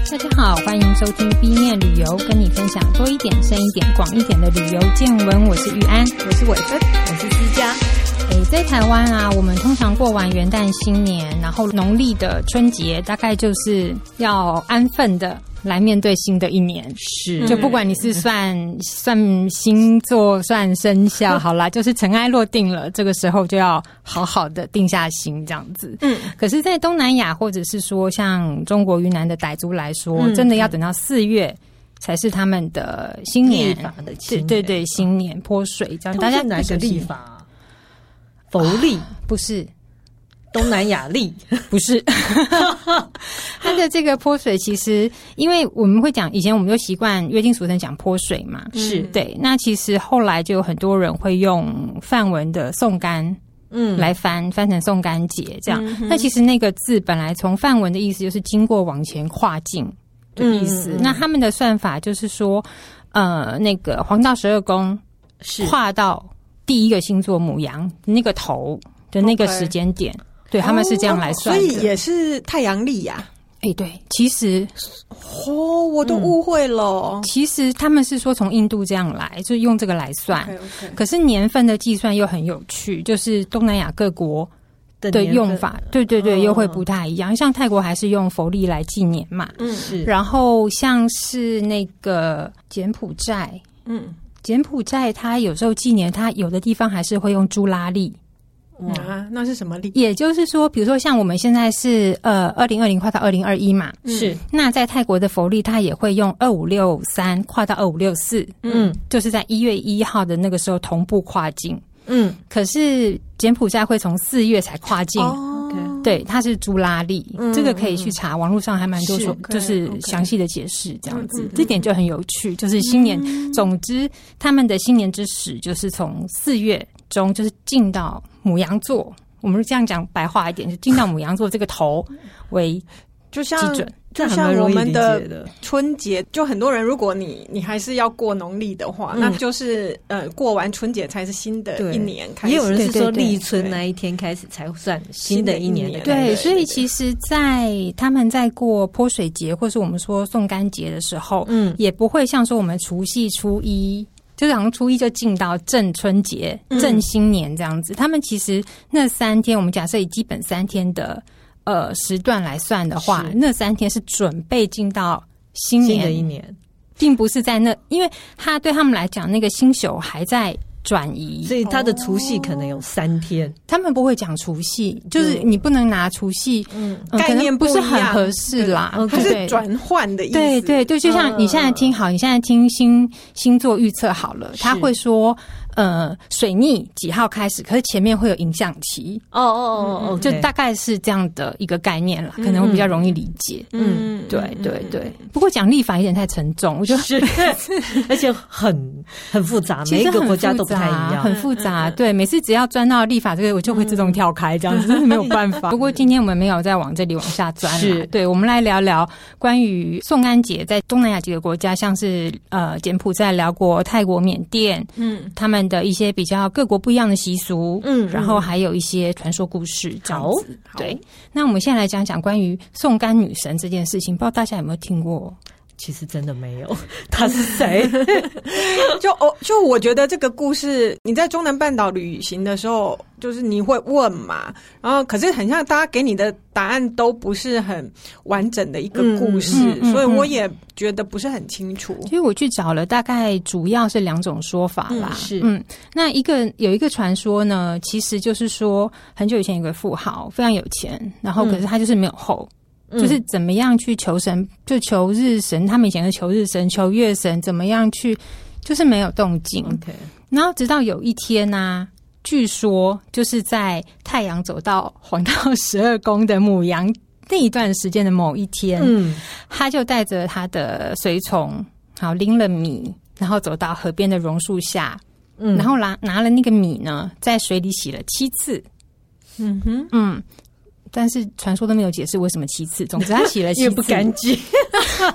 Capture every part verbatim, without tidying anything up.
大家好，欢迎收听 B 面旅游，跟你分享多一点、深一点、广一点的旅游见闻。我是玉安， 我是伟芬，我是思佳。 诶，在台湾啊，我们通常过完元旦新年，然后农历的春节，大概就是要安分的来面对新的一年。 是， 就不管你是算算星座、算生肖，好啦，就是尘埃落定了，这个时候就要好好的定下心，这样子。嗯，可是，在东南亚或者是说像中国云南的傣族来说，嗯、真的要等到四月才是他们的新年， 历法的新年， 对对对，新年泼水这样。大家哪个历法？佛历、啊、 不是。 东南亚历不是它的这个泼水，其实因为我们会讲，以前我们就习惯约定俗成讲泼水嘛，是对。那其实后来就有很多人会用梵文的送干，嗯，来翻翻成送干节这样。嗯、那其实那个字本来从梵文的意思就是经过往前跨境的意思。嗯、那他们的算法就是说，呃，那个黄道十二宫是跨到第一个星座牡羊那个头的那个时间点。Okay.对，他们是这样来算的， 哦、所以也是太阳历呀、啊。 哎、欸，对，其实哦，我都误会了、 嗯。其实他们是说从印度这样来，就用这个来算。 Okay, okay. 可是年份的计算又很有趣，就是东南亚各国的用法，对对对，哦、又会不太一样。像泰国还是用佛历来纪年嘛，嗯，是。然后像是那个柬埔寨，嗯，柬埔寨它有时候纪年，它有的地方还是会用朱拉历。 啊，那是什么历？ 也就是说，比如说像我们现在是呃二零二零跨到二零二一嘛， 是。 那在泰国的佛历，它也会用二五六三跨到二五六四，嗯，就是在一月一号的那个时候同步跨境，嗯。可是柬埔寨会从四月才跨境，哦，对，它是朱拉历，嗯、这个可以去查，网络上还蛮多说，就是详细的解释这样子，这点就很有趣。就是新年，嗯、总之他们的新年之始就是从四月中，就是进到牡羊座，我们这样讲白话一点，就进到牡羊座这个头为就像基准，就像我们的春节，就很多人，如果你你还是要过农历的话，嗯、那就是呃过完春节才是新的一年开始。 也有人是说立春那一天开始才算新的一年的开始。 对，所以其实，在他们在过泼水节，或是我们说送干节的时候，嗯，也不会像说我们除夕初一。就是好像初一就进到正春节、正新年这样子。嗯、他们其实那三天，我们假设以基本三天的呃时段来算的话，那三天是准备进到新年新的一年， 并不是在那，因为他对他们来讲，那个星宿还在转移， 所以他的除夕可能有三天。 哦、他们不会讲除夕，就是你不能拿除夕，嗯，呃、 概念不是很合适啦。 它是转换的意思。 对对对，就像你现在听好，你现在听星星座预测好了，他会说。呃，水逆几号开始？可是前面会有影响期。 哦哦哦哦， 就大概是这样的一个概念啦，可能会比较容易理解。嗯，对对对。不过讲历法有点太沉重，我觉得是，而且很很复杂，每一个国家都不太一样， 很复杂。对，每次只要钻到历法这个，我就会自动跳开，这样子没有办法。不过今天我们没有再往这里往下钻了。对，我们来聊聊关于送干节在东南亚几个国家，像是呃柬埔寨、辽国、泰国、缅甸，嗯，他们的一些比较各国不一样的习俗，嗯，然后还有一些传说故事这样子。对，那我们现在来讲讲关于送干女神这件事情，不知道大家有没有听过？ 其实真的没有，他是谁？ 就哦，就我觉得这个故事，你在中南半岛旅行的时候，就是你会问嘛，然后可是很像大家给你的答案都不是很完整的一个故事，嗯嗯嗯、所以我也觉得不是很清楚。 其实我去找了，大概主要是两种说法啦。嗯、是，嗯，那一个有一个传说呢，其实就是说很久以前有个富豪非常有钱，然后可是他就是没有后。嗯就是怎么样去求神，就求日神，他们以前是求日神、求月神，怎么样去，就是没有动静。 Okay. 然后直到有一天啊，据说就是在太阳走到黄道十二宫的牡羊那一段时间的某一天，嗯，他就带着他的随从，好拎了米，然后走到河边的榕树下，嗯，然后拿拿了那个米呢，在水里洗了七次。嗯哼，嗯。但是传说都没有解释为什么七次。总之他洗了七次， 因为不干净。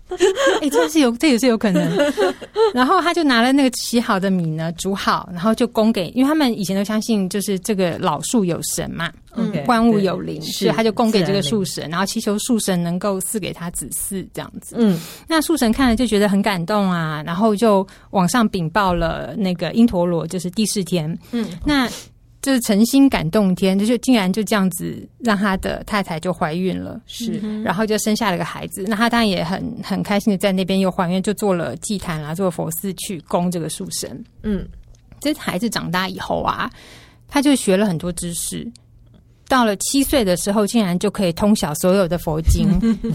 哎、欸，这是有，这也是有可能。然后他就拿了那个洗好的米呢，煮好，然后就供给，因为他们以前都相信就是这个老树有神嘛，嗯，万物有灵，所以他就供给这个树神，然后祈求树神能够赐给他子嗣这样子。嗯，那树神看了就觉得很感动啊，然后就往上禀报了那个因陀罗，就是第四天。嗯，那。就是诚心感动天，就竟然就这样子让他的太太就怀孕了，是，然后就生下了个孩子。那他当然也很很开心的在那边又还愿，就做了祭坛啦，做了佛寺去供这个树神。嗯，这孩子长大以后啊，他就学了很多知识，到了七岁的时候，竟然就可以通晓所有的佛经。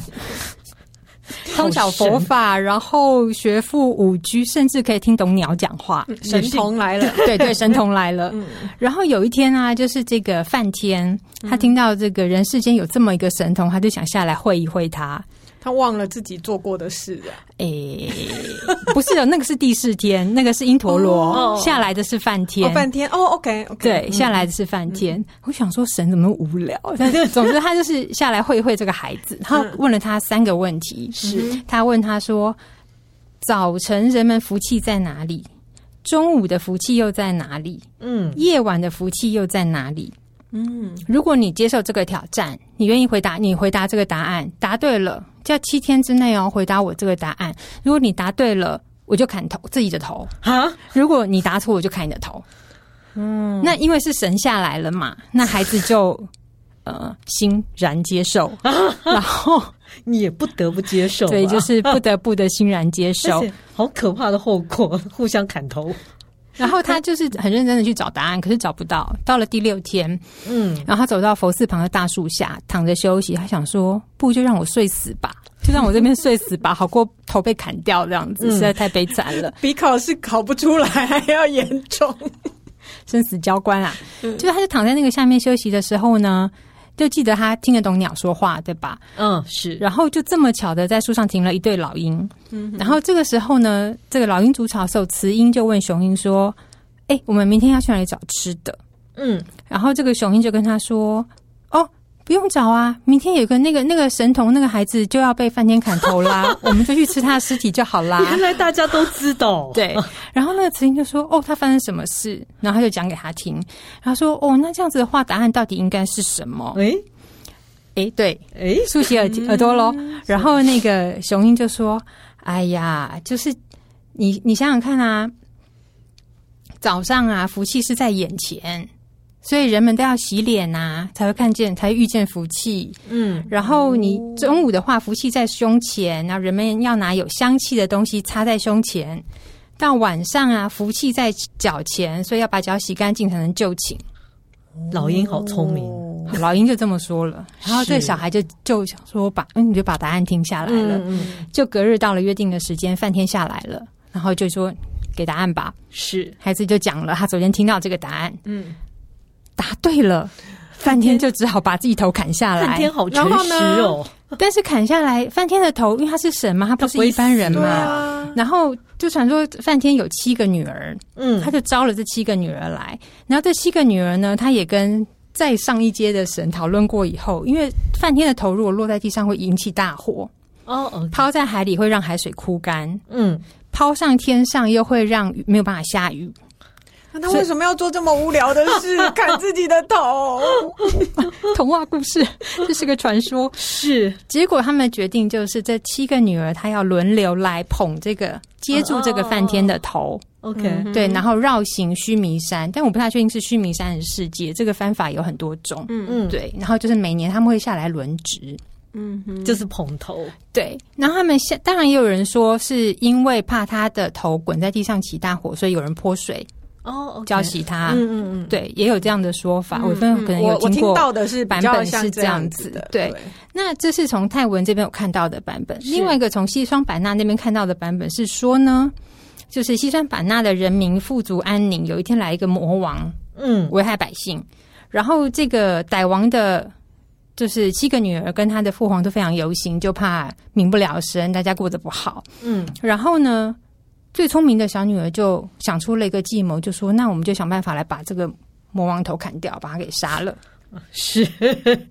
通晓佛法，然后学富五居，甚至可以听懂鸟讲话。 神童来了， 对对，神童来了。嗯、然后有一天啊，就是这个梵天，他听到这个人世间有这么一个神童，他就想下来会一会他。 他忘了自己做过的事啊！ 诶、欸，不是的，那个是第四天，那个是因陀罗、哦、下来的是梵天。 哦，梵天哦 ，OK OK， 对，嗯、下来的是梵天。嗯、我想说神怎么那么无聊？但是总之他就是下来会一会这个孩子，他问了他三个问题，是、嗯、他问他说：早晨人们福气在哪里？中午的福气又在哪里？嗯，夜晚的福气又在哪里？嗯，如果你接受这个挑战，你愿意回答，你回答这个答案，答对了，就要七天之内哦，回答我这个答案。如果你答对了，我就砍头自己的头啊；如果你答错，我就砍你的头。嗯，那因为是神下来了嘛，那孩子就呃欣然接受，啊、然后你也不得不接受， 对，就是不得不的欣然接受。 好可怕的后果，互相砍头。 然后他就是很认真的去找答案，可是找不到。到了第六天，嗯，然后他走到佛寺旁的大树下，躺着休息。他想说，不如就让我睡死吧，就让我这边睡死吧，好过头被砍掉这样子，嗯、实在太悲惨了。 比考试考不出来还要严重， 生死交关啊！嗯、就是他就躺在那个下面休息的时候呢，就记得他听得懂鸟说话，对吧？嗯，是。然后就这么巧的在树上停了一对老鹰。嗯，然后这个时候呢，这个老鹰筑巢的时候，雌鹰就问雄鹰说：“哎、欸，我们明天要去哪里找吃的？”嗯，然后这个雄鹰就跟他说：“哦，不用找啊，明天有个那个那个神童那个孩子就要被梵天砍头啦，我们就去吃他的尸体就好啦。” 原来大家都知道。 对，然后那个雌鹰就说：“哦，他发生什么事？”然后他就讲给他听，然后说：“哦，那这样子的话，答案到底应该是什么？”诶哎，对，哎，竖起耳耳朵咯。然后那个雄鹰就说：“哎呀，就是你，你想想看啊，早上啊，福气是在眼前，所以人们都要洗脸啊，才会看见，才会遇见福气。嗯，然后你中午的话，福气在胸前，然后人们要拿有香气的东西擦在胸前。到晚上啊，福气在脚前，所以要把脚洗干净才能就寝。” 老鹰好聪明， 老鹰就这么说了，然后这个小孩就就想说把，嗯，你就把答案听下来了。嗯、就隔日到了约定的时间，梵天下来了，然后就说给答案吧。是，孩子就讲了他昨天听到这个答案，嗯，答对了，梵天就只好把自己头砍下来。 梵天好诚实哦。 但是砍下来，梵天的头，因为他是神嘛，他不是一般人嘛。啊、然后就传说梵天有七个女儿，嗯，他就招了这七个女儿来。然后这七个女儿呢，他也跟再上一阶的神讨论过以后，因为梵天的头如果落在地上会引起大火，哦， okay. 抛在海里会让海水枯干，嗯，抛上天上又会让没有办法下雨。 那他为什么要做这么无聊的事，砍自己的头？ 童话故事，这是个传说。是，结果他们决定就是这七个女儿，她要轮流来捧这个，接住这个梵天的头。Oh, OK， 对，然后绕行须弥山，但我不太确定是须弥山还是世界，这个方法有很多种。嗯嗯，对，然后就是每年他们会下来轮值。 嗯哼，就是捧头。 对，然后他们下，当然也有人说是因为怕他的头滚在地上起大火，所以有人泼水。哦、oh, ，浇洗它，嗯嗯嗯，对，也有这样的说法。嗯、我分可能有听过， 我听到的是版本是这样子的。对，对那这是从泰文这边有看到的版本。另外一个从西双版纳那边看到的版本是说呢，就是西双版纳的人民富足安宁，有一天来一个魔王，嗯，危害百姓。然后这个歹王的，就是七个女儿跟他的父皇都非常忧心，就怕民不聊生，大家过得不好。嗯，然后呢？最聪明的小女儿就想出了一个计谋，就说：“那我们就想办法来把这个魔王头砍掉，把他给杀了。”是，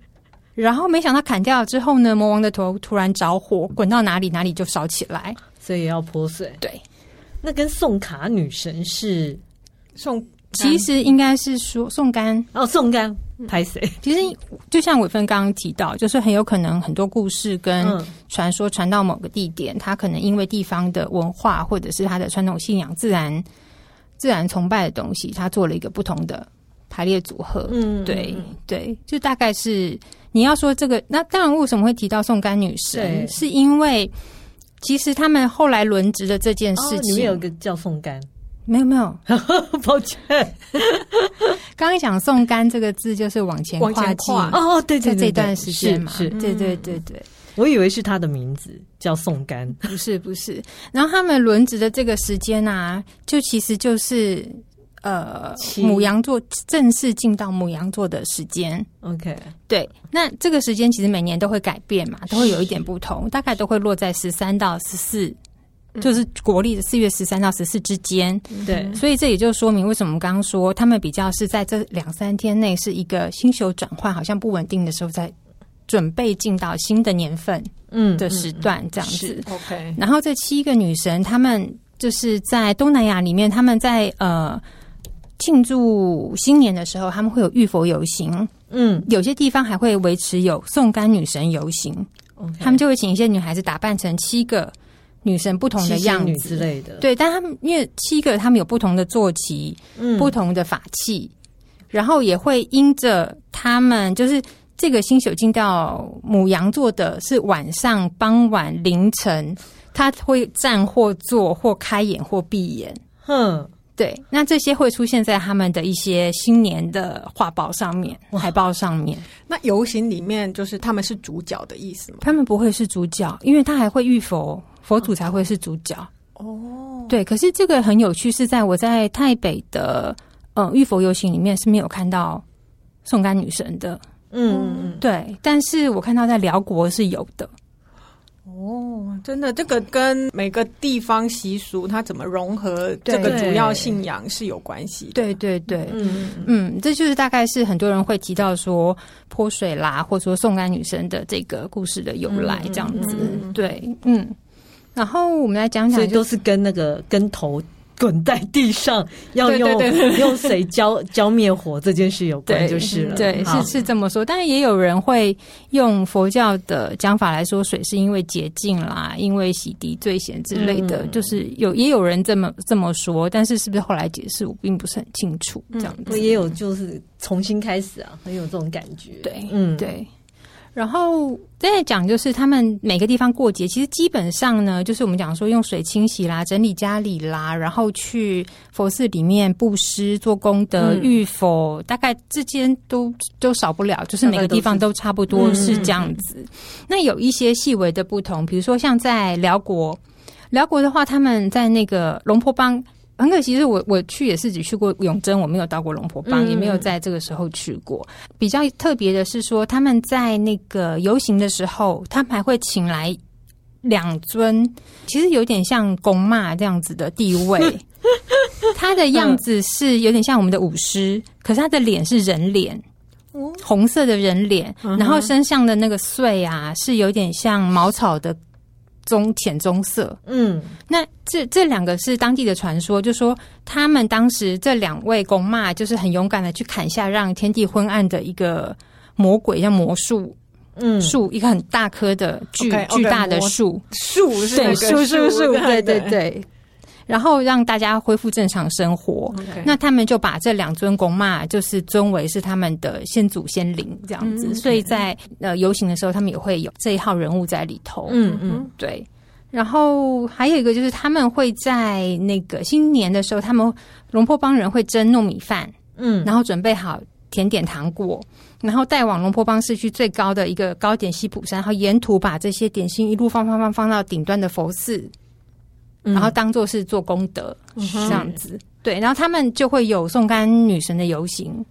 然后没想到砍掉了之后呢，魔王的头突然着火，滚到哪里哪里就烧起来， 所以也要泼水。 对， 那跟宋卡女神是宋， 其实应该是说宋干哦，宋干拍谁？ 其实就像伟芬刚刚提到，就是很有可能很多故事跟传说传到某个地点，它可能因为地方的文化或者是它的传统信仰、自然自然崇拜的东西，它做了一个不同的排列组合。嗯，对对，就大概是你要说这个，那当然为什么会提到宋干女神，是因为其实他们后来轮值的这件事情，哦， 里面有一个叫宋干。 没有没有， 抱歉。 刚刚讲宋干这个字就是往前跨进哦，对对对， 在这段时间嘛， 是， 对对对对。 我以为是他的名字叫宋干， 不是不是。然后他们轮值的这个时间啊，就其实就是呃牡羊座正式进到牡羊座的时间。 OK， 对，那这个时间其实每年都会改变嘛，都会有一点不同，大概都会落在十三到十四。就是国历的四月十三到十四之间， 对， 所以这也就说明为什么我们刚刚说他们比较是在这两三天内是一个星宿转换好像不稳定的时候，在准备进到新的年份的时段这样子。 嗯嗯、OK， 然后这七个女神，她们就是在东南亚里面，她们在呃庆祝新年的时候，他们会有浴佛游行，嗯，有些地方还会维持有宋干女神游行， okay， 他们就会请一些女孩子打扮成七个女神不同的样子之类的， 对，但他们因为七个他们有不同的坐骑，嗯，不同的法器，然后也会因着他们就是这个星宿进到牡羊座的是晚上、傍晚、凌晨，他会站或坐或开眼或闭眼， 哼， 对，那这些会出现在他们的一些新年的画报上面、海报上面。 那游行里面就是他们是主角的意思吗？ 他们不会是主角，因为他还会浴佛。佛祖才会是主角哦， 对。可是这个很有趣，是在我在泰北的呃浴佛游行里面是没有看到宋干女神的， 嗯嗯， 对。但是我看到在辽国是有的。 哦，真的，这个跟每个地方习俗它怎么融合这个主要信仰是有关系的。 对对对，嗯嗯，这就是大概是很多人会提到说泼水啦，或者说宋干女神的这个故事的由来，这样子。嗯嗯、对，嗯。然后我们来讲讲、就是， 所以都是跟那个跟头滚在地上，要用对对对对用水浇浇灭火这件事有关就是了。 对，是是这么说。但是也有人会用佛教的讲法来说，水是因为洁净啦，因为洗涤罪嫌之类的，嗯、就是有也有人这么这么说。但是是不是后来解释，我并不是很清楚。这样子、 嗯、也有就是重新开始啊，很有这种感觉。 对，嗯，对。然后再讲就是他们每个地方过节，其实基本上呢，就是我们讲说用水清洗啦、整理家里啦，然后去佛寺里面布施、做功德、浴佛，大概之间都都少不了，就是每个地方都差不多是这样子。嗯、那有一些细微的不同，比如说像在辽国，辽国的话，他们在那个龙坡邦。很可惜是我我去也是只去过永贞，我没有到过龙坡邦、嗯，也没有在这个时候去过。比较特别的是说，他们在那个游行的时候，他们还会请来两尊，其实有点像公妈这样子的地位。他的样子是有点像我们的舞狮，可是他的脸是人脸。红色的人脸，然后身上的那个穗啊，是有点像茅草的棕浅棕色，嗯，那这这两个是当地的传说，就说他们当时这两位公妈就是很勇敢的去砍下让天地昏暗的一个魔鬼，像魔树，嗯，树一个很大棵的巨 okay, okay, 巨大的树， 树是那个树树树，对对对。然后让大家恢复正常生活。Okay. 那他们就把这两尊公妈就是尊为是他们的先祖先灵这样子，嗯 okay. 所以在呃游行的时候，他们也会有这一号人物在里头。嗯嗯，对。然后还有一个就是他们会在那个新年的时候，他们龙坡邦人会蒸糯米饭，嗯，然后准备好甜点糖果，然后带往龙坡邦市区最高的一个高点西普山，然后沿途把这些点心一路放放放放到顶端的佛寺。然后当作是做功德、嗯、这样子，对，然后他们就会有送干女神的游行，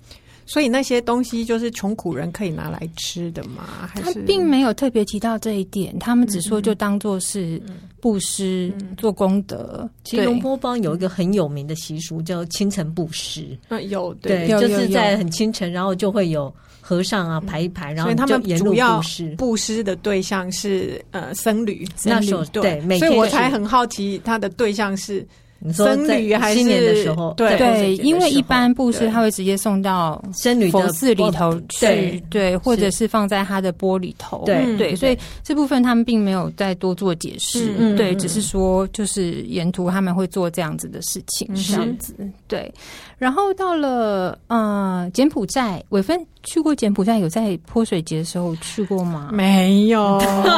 所以那些东西就是穷苦人可以拿来吃的吗？还是他并没有特别提到这一点，他们只说就当作是布施、嗯、做功德。 其实龙坡邦有一个很有名的习俗叫清晨布施， 嗯，有对, 对，就是在很清晨，然后就会有和尚啊排一排，然后他们主要布施布施的对象是呃僧侣， 那时候对， 所以我才很好奇他的对象是。僧侣还是新年的时候， 对对，因为一般布施他会直接送到僧侣佛寺里头去，对对，或者是放在他的钵里头， 对对，所以这部分他们并没有再多做解释， 嗯、 对，只是说就是沿途他们会做这样子的事情，这样子，对。然后到了呃柬埔寨，伟芬去过柬埔寨，有在泼水节的时候去过吗？ 没有，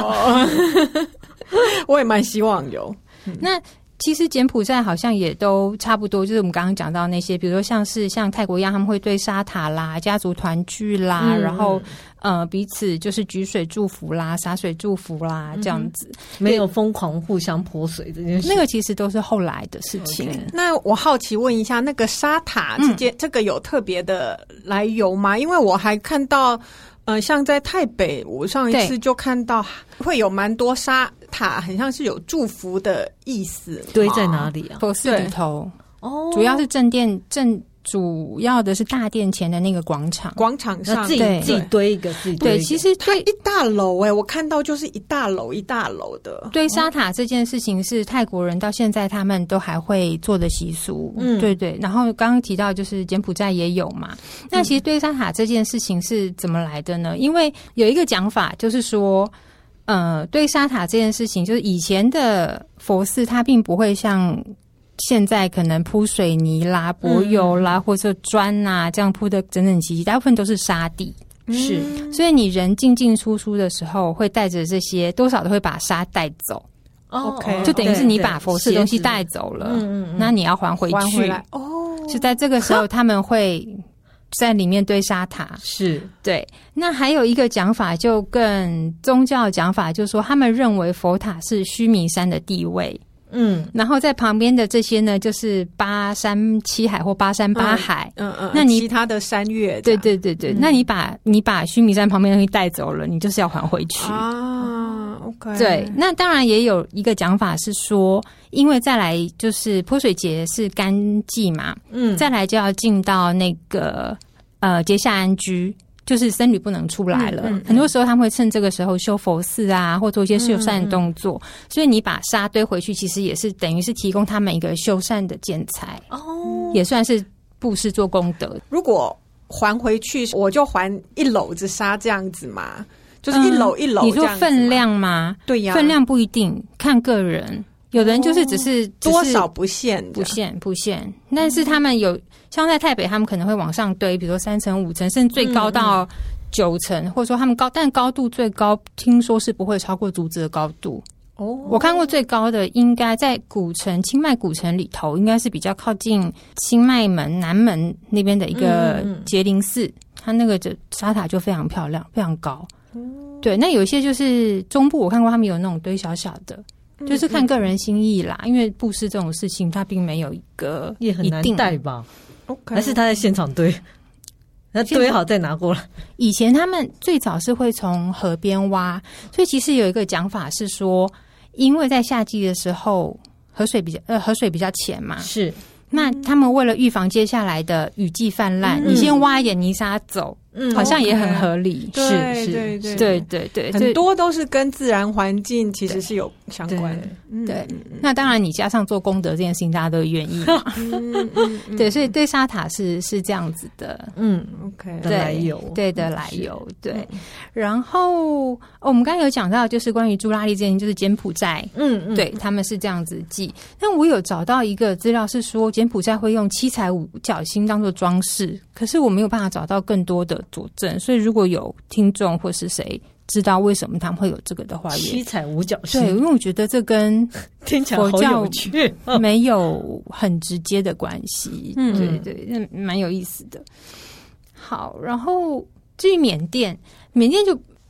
我也蛮希望有。 嗯、那。其实柬埔寨好像也都差不多，就是我们刚刚讲到那些，比如说像是像泰国一样，他们会对沙塔啦、家族团聚啦，嗯、然后呃彼此就是举水祝福啦、洒水祝福啦，这样子，嗯、 没有疯狂互相泼水这件事。 那个其实都是后来的事情。 Okay. 那我好奇问一下，那个沙塔之间、嗯、这个有特别的来由吗？因为我还看到。呃，像在台北，我上一次就看到会有蛮多沙塔，很像是有祝福的意思。 堆在哪里啊？ 佛寺里头哦，主要是正殿正。主要的是大殿前的那个广场， 广场上自己自己堆一个，自己堆一个。 对，其实它一大楼哎、欸，我看到就是一大楼一大楼的。 堆沙塔这件事情是泰国人到现在他们都还会做的习俗，嗯，对对。然后刚刚提到就是柬埔寨也有嘛，那其实堆沙塔这件事情是怎么来的呢？因为有一个讲法就是说，呃，堆沙塔这件事情，就是以前的佛寺它并不会像。现在可能铺水泥啦、柏油啦，嗯、或者砖啊，这样铺的整整齐齐，大部分都是沙地。是，嗯、所以你人进进出出的时候，会带着这些，多少都会把沙带走。 OK， 就等于是你把佛寺的东西带走了，嗯、那你要还回去。 还回来哦， 就在这个时候，他们会在里面堆沙塔。 是对。那还有一个讲法，就更宗教讲法，就是说他们认为佛塔是须弥山的地位。嗯，然后在旁边的这些呢，就是八山七海或八山八海。 嗯 嗯, 嗯， 那你其他的山岳， 对对对对，嗯、那你把你把须弥山旁边的东西带走了，你就是要还回去啊。OK， 对，那当然也有一个讲法是说，因为再来就是泼水节是干季嘛，嗯，再来就要进到那个呃节下安居。就是僧侣不能出来了，嗯嗯嗯、很多时候他们会趁这个时候修佛寺啊，或做一些修缮的动作。嗯嗯、所以你把沙堆回去，其实也是等于是提供他们一个修缮的建材哦，也算是布施做功德。 如果还回去，我就还一篓子沙这样子嘛，就是一篓一篓、嗯。 你说分量吗？ 对呀， 分量不一定，看个人。有的人就是只是、哦、 多少不限， 不限不限，但是他们有。像在台北，他们可能会往上堆，比如说三层、五层，甚至最高到九层，嗯嗯、或者说他们高，但高度最高听说是不会超过竹子的高度。哦，我看过最高的应该在古城清迈古城里头，应该是比较靠近清迈门南门那边的一个杰林寺，嗯嗯、它那个的沙塔就非常漂亮，非常高。嗯、对，那有一些就是中部，我看过他们有那种堆小小的。就是看个人心意啦，因为布施这种事情，它并没有一个也很难带吧。 OK， 还是他在现场堆，那堆好再拿过来。 以前他们最早是会从河边挖，所以其实有一个讲法是说，因为在夏季的时候河水比较呃河水比较浅嘛， 是。 那他们为了预防接下来的雨季泛滥，嗯、你先挖一点泥沙走。嗯，好像也很合理， 是是， 对对对对对， 很多都是跟自然环境其实是有相关的。 对，那当然你加上做功德这件事情，大家都愿意嘛。对，所以对沙塔是是这样子的。 嗯 ，OK， 的来由， 对的来由，对。然后我们刚才有讲到，就是关于朱拉利这件，就是柬埔寨，嗯嗯，对他们是这样子记。但我有找到一个资料是说，柬埔寨会用七彩五角星当做装饰，可是我没有办法找到更多的佐证，所以如果有听众或是谁知道为什么他们会有这个的话， 七彩五角星， 对，因为我觉得这跟听起来好有趣， 没有很直接的关系。嗯，对对，那蛮有意思的。好，然后至于缅甸，缅甸就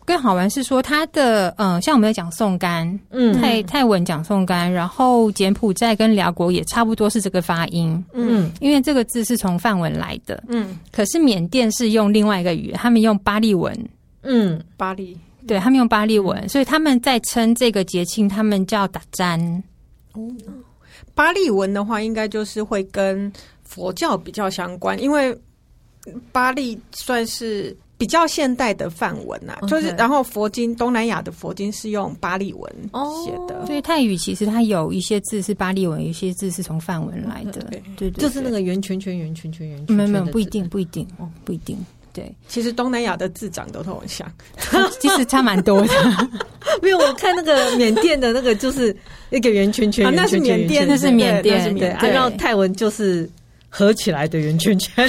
更好玩是说它的呃，像我们在讲宋干，嗯，泰泰文讲宋干，然后柬埔寨跟辽国也差不多是这个发音，嗯，因为这个字是从梵文来的，嗯，可是缅甸是用另外一个语言，他们用巴利文， 嗯，巴利， 对他们用巴利文，所以他们在称这个节庆，他们叫打占。 哦，巴利文的话，应该就是会跟佛教比较相关，因为巴利算是比较现代的梵文啊， okay. 就是然后佛经东南亚的佛经是用巴利文写的， 所以泰语其实它有一些字是巴利文，有一些字是从梵文来的， okay. 对, 对, 对对， 就是那个圆圈圈圆圈圈圆圈圈， 没有没有不一定不一定哦不一定，对， 其实东南亚的字长得都很像， 其实差蛮多的。 没有，我看那个缅甸的那个就是一个圆圈圈， 啊、那是缅甸， 那是缅甸， 对，啊、然后泰文就是合起来的圆圈圈。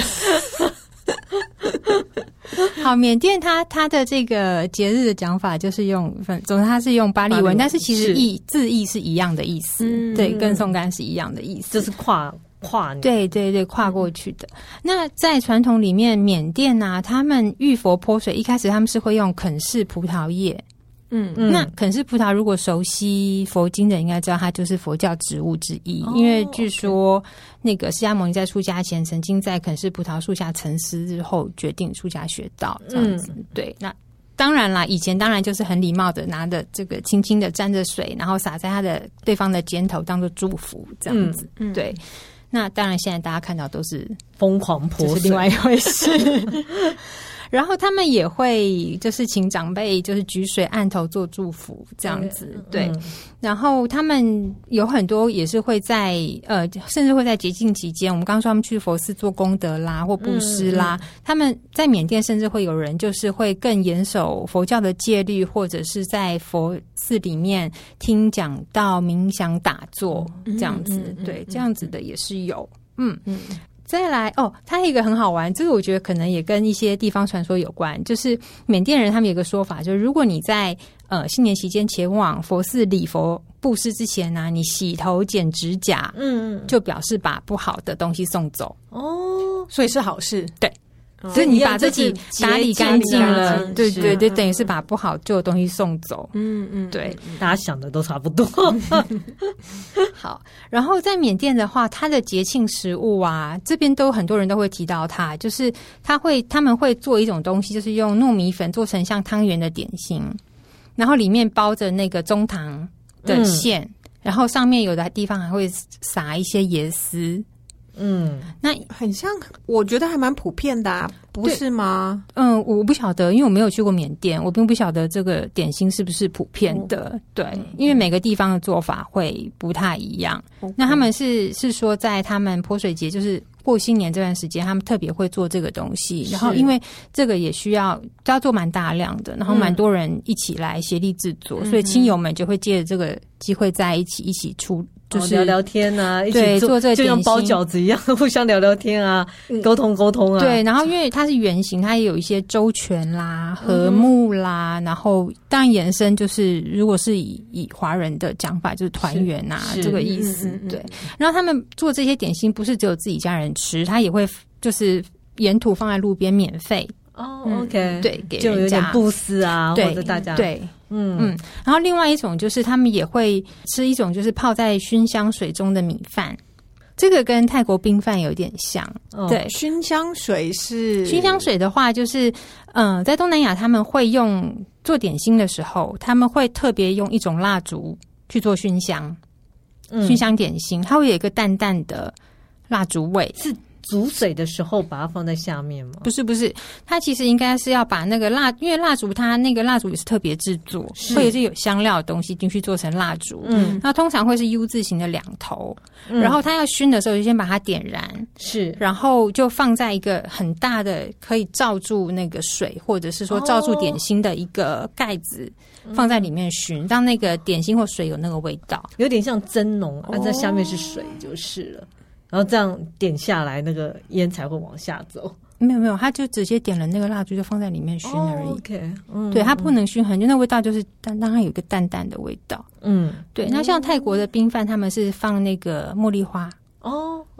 好，缅甸它它的这个节日的讲法就是用，总之它是用巴利文，但是其实意字义是一样的意思，嗯、对，跟宋干是一样的意思， 就是跨跨年， 对对对，跨过去的。嗯、那在传统里面，缅甸啊，他们浴佛泼水，一开始他们是会用肯氏葡萄叶。嗯，那肯氏葡萄如果熟悉佛经的应该知道，它就是佛教植物之一。哦、因为据说那个释迦牟尼在出家前，曾经在肯氏葡萄树下沉思之后，决定出家学道这样子。嗯、对，那当然啦，以前当然就是很礼貌的拿着这个轻轻的沾着水，然后洒在他的对方的肩头，当做祝福这样子。嗯，对。那当然，现在大家看到都是疯狂泼水， 是另外一回事。然后他们也会就是请长辈就是举水按头做祝福这样子，对。嗯、然后他们有很多也是会在呃，甚至会在节庆期间，我们刚刚说他们去佛寺做功德啦或布施啦，嗯嗯、他们在缅甸甚至会有人就是会更严守佛教的戒律，或者是在佛寺里面听讲道、冥想、打坐这样子，嗯嗯嗯、对，这样子的也是有，嗯嗯。再来哦，它有一个很好玩，这个我觉得可能也跟一些地方传说有关，就是缅甸人他们有个说法，就是如果你在呃新年期间前往佛寺礼佛布施之前呢、啊，你洗头剪指甲，嗯，就表示把不好的东西送走哦，所以是好事， 对。所以你把自己打理干净了，对对对，等于是把不好旧的东西送走。嗯嗯，对， 大家想的都差不多。 好，然后在缅甸的话，它的节庆食物啊，这边都很多人都会提到它，就是它会他们会做一种东西，就是用糯米粉做成像汤圆的点心，然后里面包着那个中糖的馅，嗯、然后上面有的地方还会撒一些椰丝。嗯，那很像，我觉得还蛮普遍的、啊，不是吗？ 嗯，我不晓得，因为我没有去过缅甸，我并不晓得这个点心是不是普遍的。嗯、对，嗯、因为每个地方的做法会不太一样。嗯、那他们是是说，在他们泼水节，就是过新年这段时间，他们特别会做这个东西。然后，因为这个也需要要做蛮大量的，然后蛮多人一起来协力制作，嗯、所以亲友们就会借着这个机会在一起一起出。 就是聊聊天啊，一起对做这个就像包饺子一样，互相聊聊天啊，嗯、沟通沟通啊。 对，然后因为它是圆形，它也有一些周全啦、和睦啦，嗯、然后当然延伸就是，如果是以以华人的讲法，就是团圆啊这个意思。嗯嗯嗯、对，然后他们做这些点心，不是只有自己家人吃，他也会就是沿途放在路边免费。 哦、oh, ，OK， 嗯、对，给人家就有点布施啊，或者大家对。嗯嗯，然后另外一种就是他们也会吃一种就是泡在熏香水中的米饭，这个跟泰国冰饭有点像。哦、对， 熏香水是熏香水的话，就是嗯、呃，在东南亚他们会用做点心的时候，他们会特别用一种蜡烛去做熏香，嗯、熏香点心，它会有一个淡淡的蜡烛味。 是煮水的时候把它放在下面吗？ 不是不是，它其实应该是要把那个蜡，因为蜡烛它那个蜡烛也是特别制作，会是有香料的东西进去做成蜡烛。嗯，那通常会是 U 字形的两头，嗯、然后它要熏的时候就先把它点燃， 是， 然后就放在一个很大的可以罩住那个水，或者是说罩住点心的一个盖子。哦、放在里面熏，让那个点心或水有那个味道， 有点像蒸笼，啊，在下面是水就是了。然后这样点下来，那个烟才会往下走。 没有没有，他就直接点了那个蜡烛，就放在里面熏而已。 Oh, OK， 嗯， 对，它不能熏很久，那味道就是让它有一个淡淡的味道。嗯，对。那像泰国的冰饭，他们是放那个茉莉花。 哦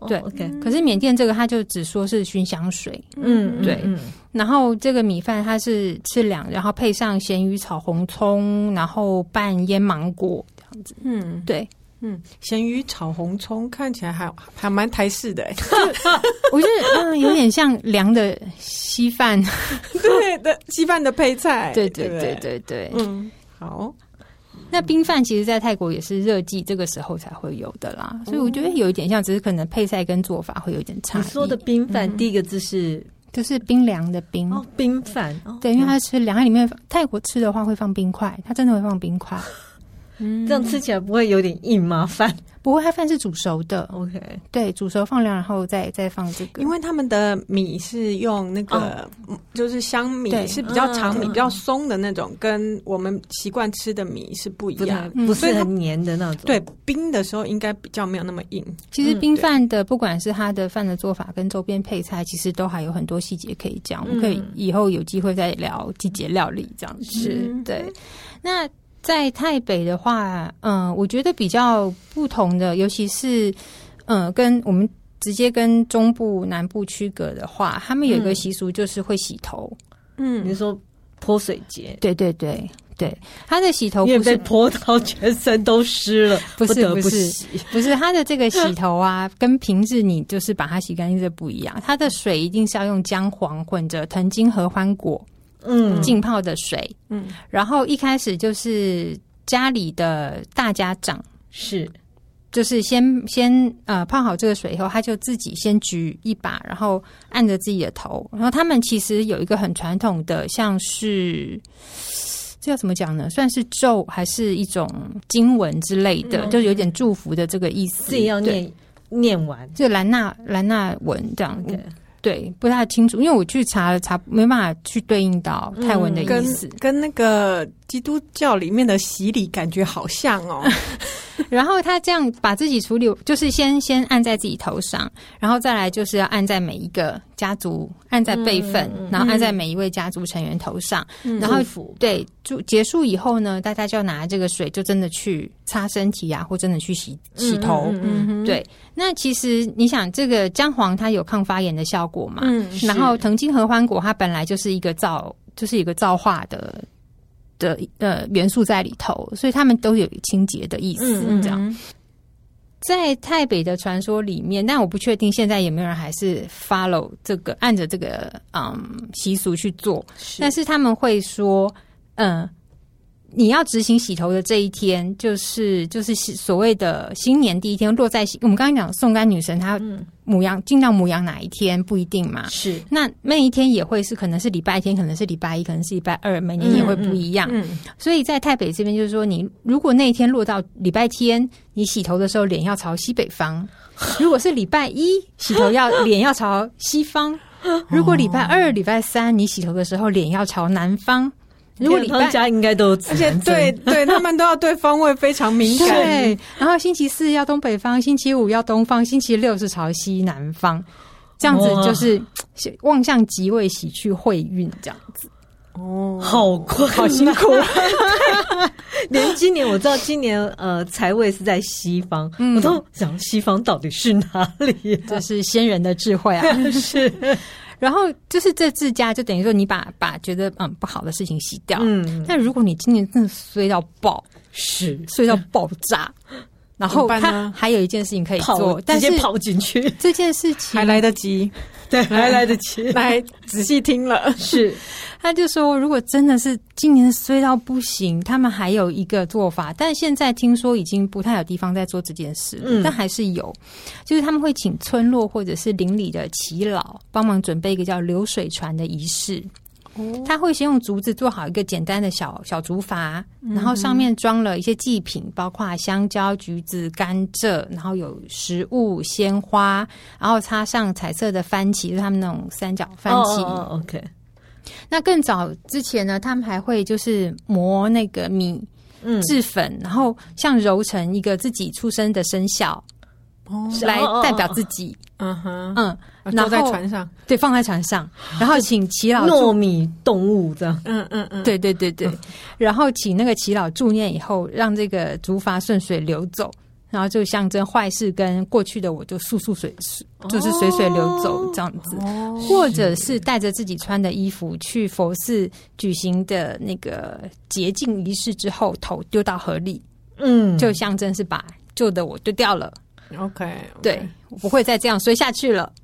对、 哦、，OK。 可是缅甸这个它就只说是熏香水， 嗯， 对。 嗯， 然后这个米饭它是吃两，然后配上咸鱼炒红葱，然后拌腌芒果这样子。 嗯， 对。 嗯，咸鱼炒红葱看起来还还蛮台式的哎， 我觉得嗯有点像凉的稀饭， 对的，稀饭的配菜， 对对对对对对， 嗯，好。 那冰饭其实在泰国也是热季这个时候才会有的啦，所以我觉得有一点像，只是可能配菜跟做法会有一点差异。 你说的冰饭、嗯、第一个字是就是冰凉的冰哦，冰饭、哦、 对，因为它吃凉，它里面泰国吃的话会放冰块，它真的会放冰块。 嗯，这样吃起来不会有点硬吗？饭不会，它饭是煮熟的。 OK， 对，煮熟放凉，然后再再放这个。 因为他们的米是用那个、哦、就是香米，是比较长米、嗯、比较松的那种，跟我们习惯吃的米是不一样， 不, 不是很黏的那种。 对，冰的时候应该比较没有那么硬。 其实冰饭的、嗯、不管是它的饭的做法跟周边配菜，其实都还有很多细节可以讲。嗯、我们可以以后有机会再聊季节料理这样子。嗯、对，那。在泰北的话，嗯、呃，我觉得比较不同的，尤其是，嗯、呃，跟我们直接跟中部、南部区隔的话，他们有一个习俗就是会洗头。嗯， 你说泼水节？ 对对对对，他的洗头不是因为被泼到全身都湿了， 不是不不是不是他的这个洗头啊，跟平日你就是把它洗干净这不一样，它的水一定是要用姜黄混着藤精合欢果。嗯，浸泡的水，嗯，然后一开始就是家里的大家长是， 就是先先呃泡好这个水以后，他就自己先举一把，然后按着自己的头，然后他们其实有一个很传统的，像是这要怎么讲呢？算是咒还是一种经文之类的，嗯、就有点祝福的这个意思， 自己要念念完， 就兰纳兰纳文这样。Okay.对，不太清楚，因为我去查了查，没办法去对应到泰文的意思， 嗯、跟, 跟那个基督教里面的洗礼感觉好像哦。 然后他这样把自己处理，就是先先按在自己头上，然后再来就是要按在每一个家族，按在辈分，嗯、然后按在每一位家族成员头上，嗯、然后对，就结束以后呢，大家就要拿这个水，就真的去擦身体啊，或真的去洗洗头。嗯嗯嗯、对，那其实你想，这个姜黄它有抗发炎的效果嘛？嗯，然后藤精合欢果它本来就是一个皂，就是一个皂化的。的呃元素在里头，所以他们都有清洁的意思。这样，嗯、在泰北的传说里面，但我不确定现在有没有人还是 follow 这个按着这个嗯习俗去做，是但是他们会说，嗯、呃，你要执行洗头的这一天，就是就是所谓的新年第一天，落在我们刚刚讲送干女神她母羊进到母羊哪一天不一定嘛， 是那那一天也会是可能是礼拜天，可能是礼拜一，可能是礼拜二，每年也会不一样。嗯嗯、所以在泰北这边就是说，你如果那一天落到礼拜天，你洗头的时候脸要朝西北方；如果是礼拜一洗头要脸要朝西方；如果礼拜二、礼拜三你洗头的时候脸要朝南方。如果礼拜家应该都， 而且对对，他们都要对方位非常敏感。 对，然后星期四要东北方，星期五要东方，星期六是朝西南方，这样子就是望向吉位，喜去会运，这样子。 哦，好快， 好辛苦。 连今年我知道，今年呃财位是在西方，嗯、我都想西方到底是哪里、啊？ 这是先人的智慧啊！ 是。 然后就是这自家，就等于说你把把觉得嗯不好的事情洗掉。嗯，但如果你今年真的衰到爆， 是衰到爆炸，然后他还有一件事情可以做，但是直接跑进去， 这件事情还来得及， 对，还来得及。 来仔细听了， 是。 他就说，如果真的是今年衰到不行，他们还有一个做法，但现在听说已经不太有地方在做这件事了，嗯、但还是有，就是他们会请村落或者是邻里的耆老帮忙准备一个叫流水船的仪式。哦、他会先用竹子做好一个简单的小小竹筏，然后上面装了一些祭品，包括香蕉、橘子、甘蔗，然后有食物、鲜花，然后插上彩色的番旗，就是他们那种三角番旗。 哦哦 OK。 那更早之前呢，他们还会就是磨那个米制粉，嗯、然后像揉成一个自己出生的生肖，哦、来代表自己。 嗯哼， 嗯， 然后在船上， 对，放在船上，然后请耆老糯米动物这样。 嗯嗯嗯， 对对对对，嗯、然后请那个耆老助念以后，让这个竹筏顺水流走。 然后就象征坏事跟过去的我就速速水，就是水水流走这样子，哦、或者是带着自己穿的衣服去佛寺举行的那个洁净仪式之后，头丢到河里，嗯，就象征是把旧的我丢掉了。 OK，, okay. 对，我不会再这样衰下去了。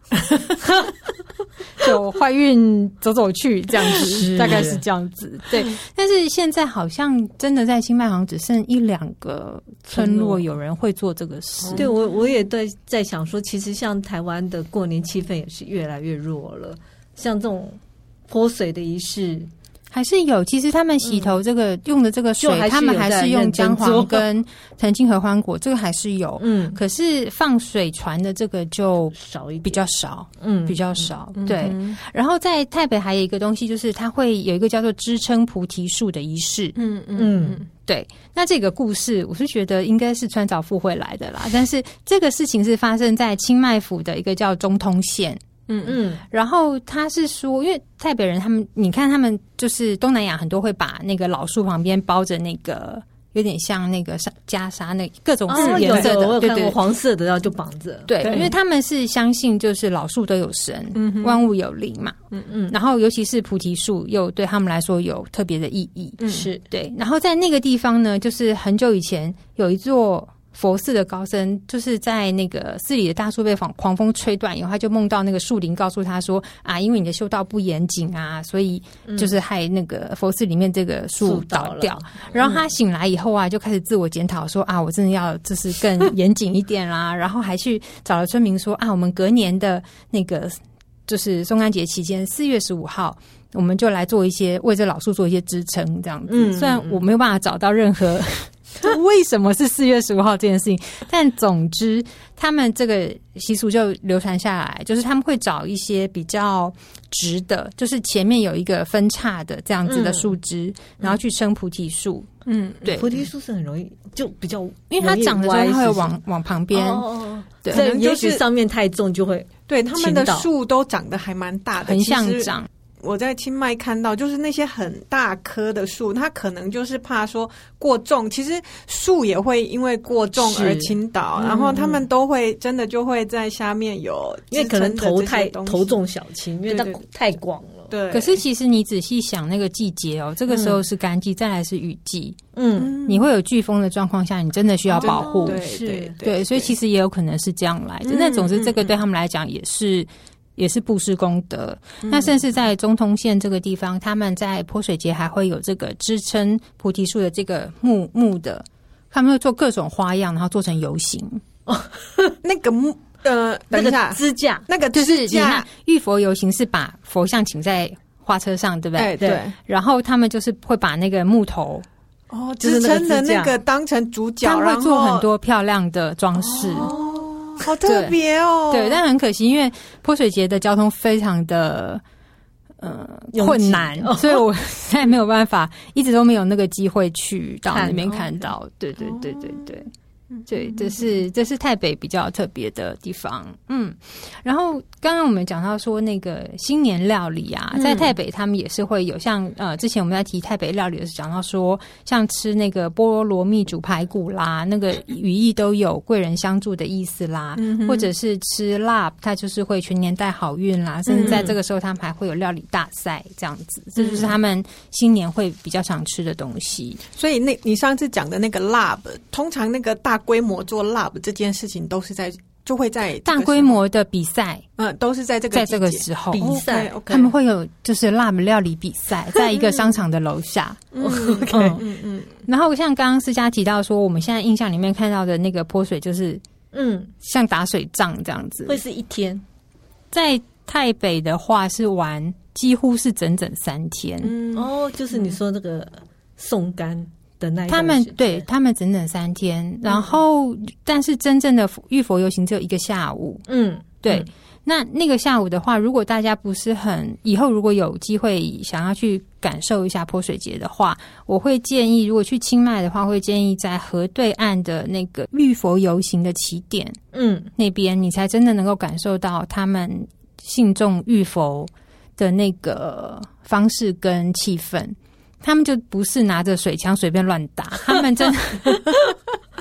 就坏运走走去这样子，大概是这样子。对，但是现在好像真的在清迈好像只剩一两个村落有人会做这个事。 对，我我也在在想说，其实像台湾的过年气氛也是越来越弱了，像这种泼水的仪式。 还是有，其实他们洗头这个、嗯、用的这个水，他们还是用姜黄跟藤青合欢果，这个还是有。嗯，可是放水船的这个就少一点， 比较少，嗯，比较少。 嗯、 对、 嗯， 然后在台北还有一个东西，就是它会有一个叫做支撑菩提树的仪式。 嗯嗯， 对。那这个故事，我是觉得应该是川早妇会来的啦，但是这个事情是发生在清迈府的一个叫中通县。嗯嗯，然后他是说，因为台北人他们，你看他们就是东南亚很多会把那个老树旁边包着那个有点像那个袈裟，那各种颜色的， 我有看过黄色的，然后就绑着。 对，因为他们是相信就是老树都有神，嗯，万物有灵嘛，嗯嗯，然后尤其是菩提树又对他们来说有特别的意义， 嗯，是对。然后在那个地方呢，就是很久以前有一座佛寺的高僧，就是在那个寺里的大树被狂风吹断以后，他就梦到那个树灵告诉他说啊，因为你的修道不严谨啊，所以就是害那个佛寺里面这个树倒掉。然后他醒来以后啊，就开始自我检讨说啊，我真的要就是更严谨一点啦。然后还去找了村民说啊，我们隔年的那个就是松干节期间四月十五号。我们就来做一些为这老树做一些支撑，这样子。嗯、虽然我没有办法找到任何为什么是四月十五号这件事情，但总之他们这个习俗就流传下来，就是他们会找一些比较直的，就是前面有一个分叉的这样子的树枝，嗯、然后去撑菩提树。嗯，对， 菩提树是很容易就比较， 因为它长的时候它会往往旁边， 哦、对，可能也许上面太重就会对他们的树都长得还蛮大的， 很像长。 我在清迈看到，就是那些很大棵的树，它可能就是怕说过重，其实树也会因为过重而倾倒，嗯、然后他们都会真的就会在下面有， 因为可能头太头重小轻，因为它太广了。 对， 可是其实你仔细想那个季节哦，这个时候是干季，嗯、再来是雨季，嗯，你会有飓风的状况下，你真的需要保护， 对是， 对 对, 对，所以其实也有可能是这样来的。嗯、那总之，这个对他们来讲也是。也是布施功德，嗯、那甚至在中通县这个地方，他们在泼水节还会有这个支撑菩提树的这个木木的，他们会做各种花样，然后做成游行。 哦，那个木呃，等一下， 支架， 那个就是支架， 浴佛游行是把佛像请在花车上，对不对？ 哎，对。 然后他们就是会把那个木头哦支撑的那个当成主角， 他们会做很多漂亮的装饰。 哦好特别哦， 对，但很可惜，因为泼水节的交通非常的呃困难，哦、所以我现在没有办法，一直都没有那个机会去到那边看到。哦、对对对对对。对，这是这是台北比较特别的地方，嗯。然后刚刚我们讲到说那个新年料理啊，在台北他们也是会有像呃，之前我们在提台北料理的时候讲到说，像吃那个菠萝蜜煮排骨啦，那个语义都有贵人相助的意思啦，嗯、或者是吃辣，它就是会全年带好运啦，甚至在这个时候他们还会有料理大赛这样子，这就是他们新年会比较常吃的东西。 所以那你上次讲的那个辣，通常那个大规模做 lab 这件事情都是在就会在大规模的比赛， 嗯，都是在这个在这个时候比赛， okay, okay 他们会有就是 lab 料理比赛，在一个商场的楼下， 嗯嗯嗯嗯。 然后像刚刚思佳提到说，我们现在印象里面看到的那个泼水，就是嗯，像打水仗这样子， 会是一天。 在台北的话是玩几乎是整整三天， 嗯哦，就是你说那个送干。 他们对他们整整三天，然后、嗯、但是真正的浴佛游行只有一个下午。嗯，对。嗯、那那个下午的话，如果大家不是很以后如果有机会想要去感受一下泼水节的话，我会建议，如果去清迈的话，会建议在河对岸的那个浴佛游行的起点，嗯，那边你才真的能够感受到他们信众浴佛的那个方式跟气氛。他们就不是拿着水枪随便乱打，他们真的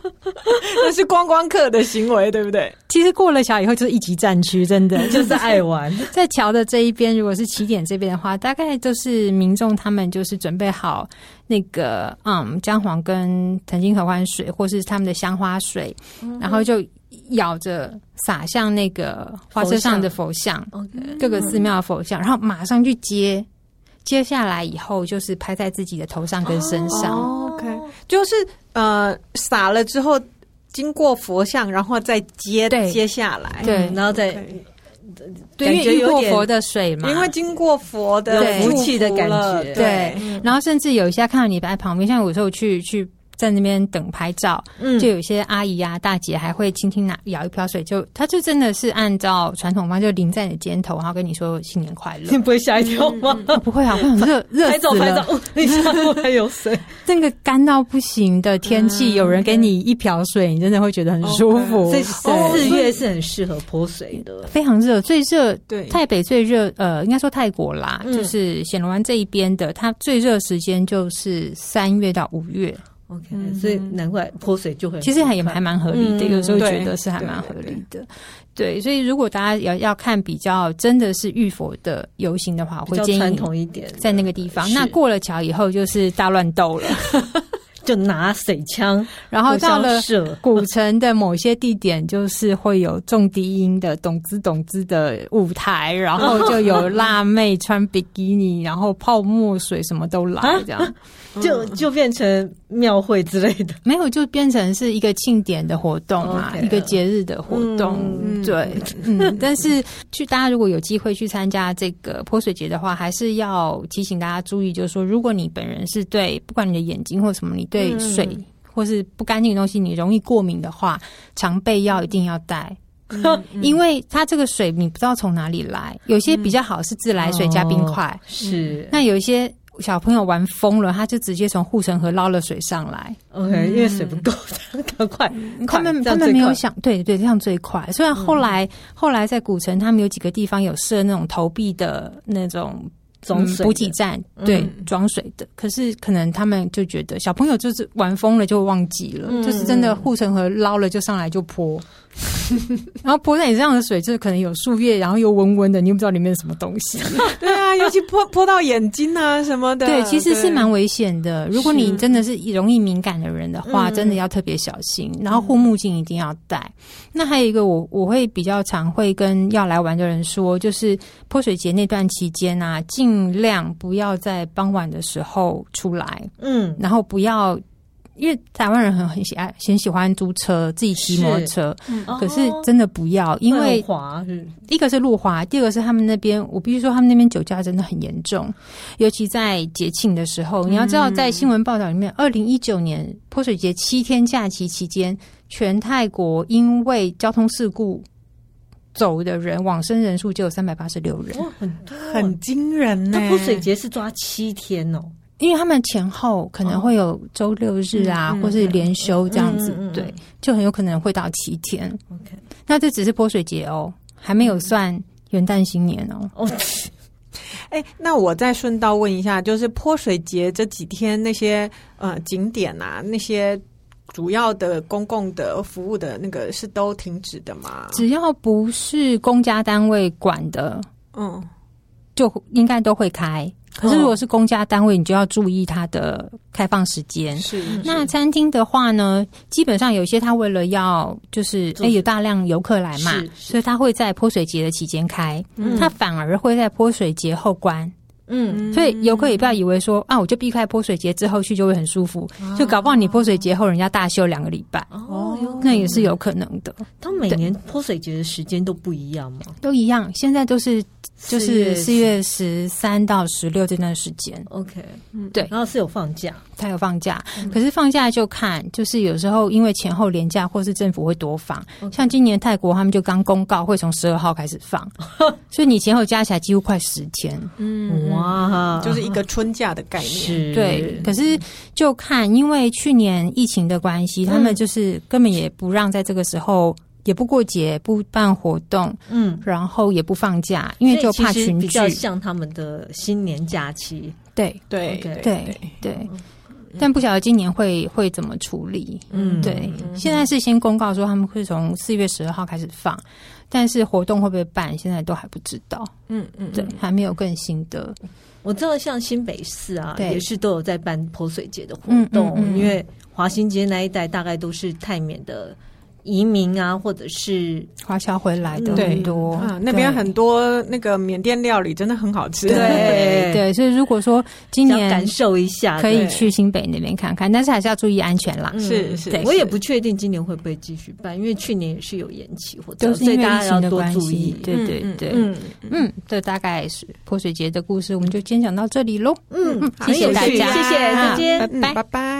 那是观光客的行为，对不对？ 其实过了桥以后就是一级战区，真的就是爱玩。 在桥的这一边，如果是起点这边的话，大概都是民众他们就是准备好那个嗯姜黄跟藤金合欢水，或是他们的香花水，嗯、然后就舀着洒向那个花车上的佛像， 佛像各个寺庙的佛像，然后马上去接。接下来以后就是拍在自己的头上跟身上。 哦、OK， 就是呃洒了之后，经过佛像，然后再接接下来， 对， 嗯、然后再。 对，因为遇过佛的水嘛， 因为经过佛的福气的感觉， 对。对嗯、然后甚至有一些看到你在旁边，像有时候去去。在那边等拍照，嗯，就有些阿姨啊、大姐还会轻轻拿舀一瓢水，就她就真的是按照传统方，就淋在你的肩头，然后跟你说新年快乐。 你不会吓一跳吗？ 嗯哦、不会啊，会很热热死了。 拍照拍照，你下面还有水， 那个干到不行的天气，嗯、有人给你一瓢水，你真的会觉得很舒服。 所以四月是很适合泼水的， 非常热，最热。 对， 台北最热，呃，应该说泰国啦，嗯、就是显龙湾这一边的，它最热时间就是三月到五月。 OK，、嗯、所以难怪泼水就会， 其实还也还蛮合理的、嗯，有时候觉得是还蛮合理的。对， 对， 对，所以如果大家要要看比较真的是浴佛的游行的话，我会建议传统一点， 在那个地方。那过了桥以后就是大乱斗了。 就拿水枪， 然后到了古城的某些地点，就是会有重低音的咚滋咚滋的舞台，然后就有辣妹穿比基尼，然后泡沫水什么都来，这样就就变成庙会之类的， 没有就变成是一个庆典的活动嘛， okay. 一个节日的活动，嗯、对，嗯，但是去大家如果有机会去参加这个泼水节的话，还是要提醒大家注意，就是说，如果你本人是对不管你的眼睛或什么，你对对水或是不干净的东西你容易过敏的话，常备药一定要带、嗯嗯、因为它这个水你不知道从哪里来，有些比较好是自来水加冰块、 哦、是， 那有一些小朋友玩疯了，他就直接从护城河捞了水上来 OK、嗯、因为水不够赶快他们他们没有想对对这样最快，虽然后来、嗯、后来在古城他们有几个地方有设那种投币的那种装水补给站，对，装、嗯、水的。可是可能他们就觉得小朋友就是玩疯了，就忘记了，嗯、就是真的护城河捞了就上来就泼，然后泼在你身上的水就是可能有树叶，然后又温温的，你又不知道里面是什么东西。 对啊，尤其泼泼到眼睛啊什么的， 对，其实是蛮危险的。如果你真的是容易敏感的人的话，真的要特别小心。然后护目镜一定要戴。那还有一个我我会比较常会跟要来玩的人说，就是泼水节那段期间啊，尽量不要在傍晚的时候出来，嗯，然后不要。因为台湾人很很喜爱很喜欢租车自己骑摩托车、嗯、可是真的不要，因为滑是一个是路滑，第二个是他们那边我必须说他们那边酒驾真的很严重，尤其在节庆的时候、嗯、你要知道在新闻报道里面二零一九年泼水节七天假期期间，全泰国因为交通事故走的人往生人数就有三百八十六人， 哇，很多很惊人呢、欸。 泼水节是抓七天哦， 因为他们前后可能会有周六日啊、嗯、或是连休这样子、嗯嗯嗯、对，就很有可能会到七天。 OK， 那这只是泼水节哦，还没有算元旦新年哦。 哦， 哎，那我再顺道问一下，就是泼水节这几天那些呃景点啊，那些主要的公共的服务的那个是都停止的吗？ 只要不是公家单位管的，嗯，就应该都会开。可是如果是公家单位，你就要注意它的开放时间。 是。 那餐厅的话呢，基本上有些他为了要就是哎、欸、有大量游客来嘛，所以他会在泼水节的期间开，他、嗯、反而会在泼水节后关。嗯，所以游客也不要以为说啊，我就避开泼水节之后去就会很舒服，哦、就搞不好你泼水节后人家大休两个礼拜，哦，那也是有可能的。 他每年泼水节的时间都不一样吗？ 都一样，现在都是就是四月十三到十六这段时间。 OK， 嗯，对， 然后是有放假， 他有放假，嗯、可是放假就看，就是有时候因为前后连假或是政府会多放， okay. 像今年泰国他们就刚公告会从十二号开始放，所以你前后加起来几乎快十天。 嗯。哇，就是一个春假的概念， 是对。可是就看，因为去年疫情的关系，嗯、他们就是根本也不让在这个时候，也不过节，不办活动，嗯，然后也不放假，因为就怕群聚， 比较像他们的新年假期。 对对 okay, 对对。 但不晓得今年会会怎么处理。 嗯， 对，现在是先公告说他们会从四月十二号开始放，但是活动会不会办，现在都还不知道。 嗯嗯， 对，还没有更新的。 我知道像新北市啊， 对也是都有在办泼水节的活动， 嗯嗯嗯因为华新街那一带大概都是泰缅的移民啊，或者是华侨回来的对很多啊，那边对很多那个缅甸料理真的很好吃。 对对，所以如果说今年想感受一下， 可以对去新北那边看看，但是还是要注意安全啦。 嗯是是对我也不确定今年会不会继续办，因为去年也是有延期或者， 都是因为所以大家疫情的要多注关系意。。 对对对， 嗯嗯，这大概是泼水节的故事，我们就今天讲到这里喽。 嗯， 谢谢大家， 谢谢，再见， 嗯，拜拜。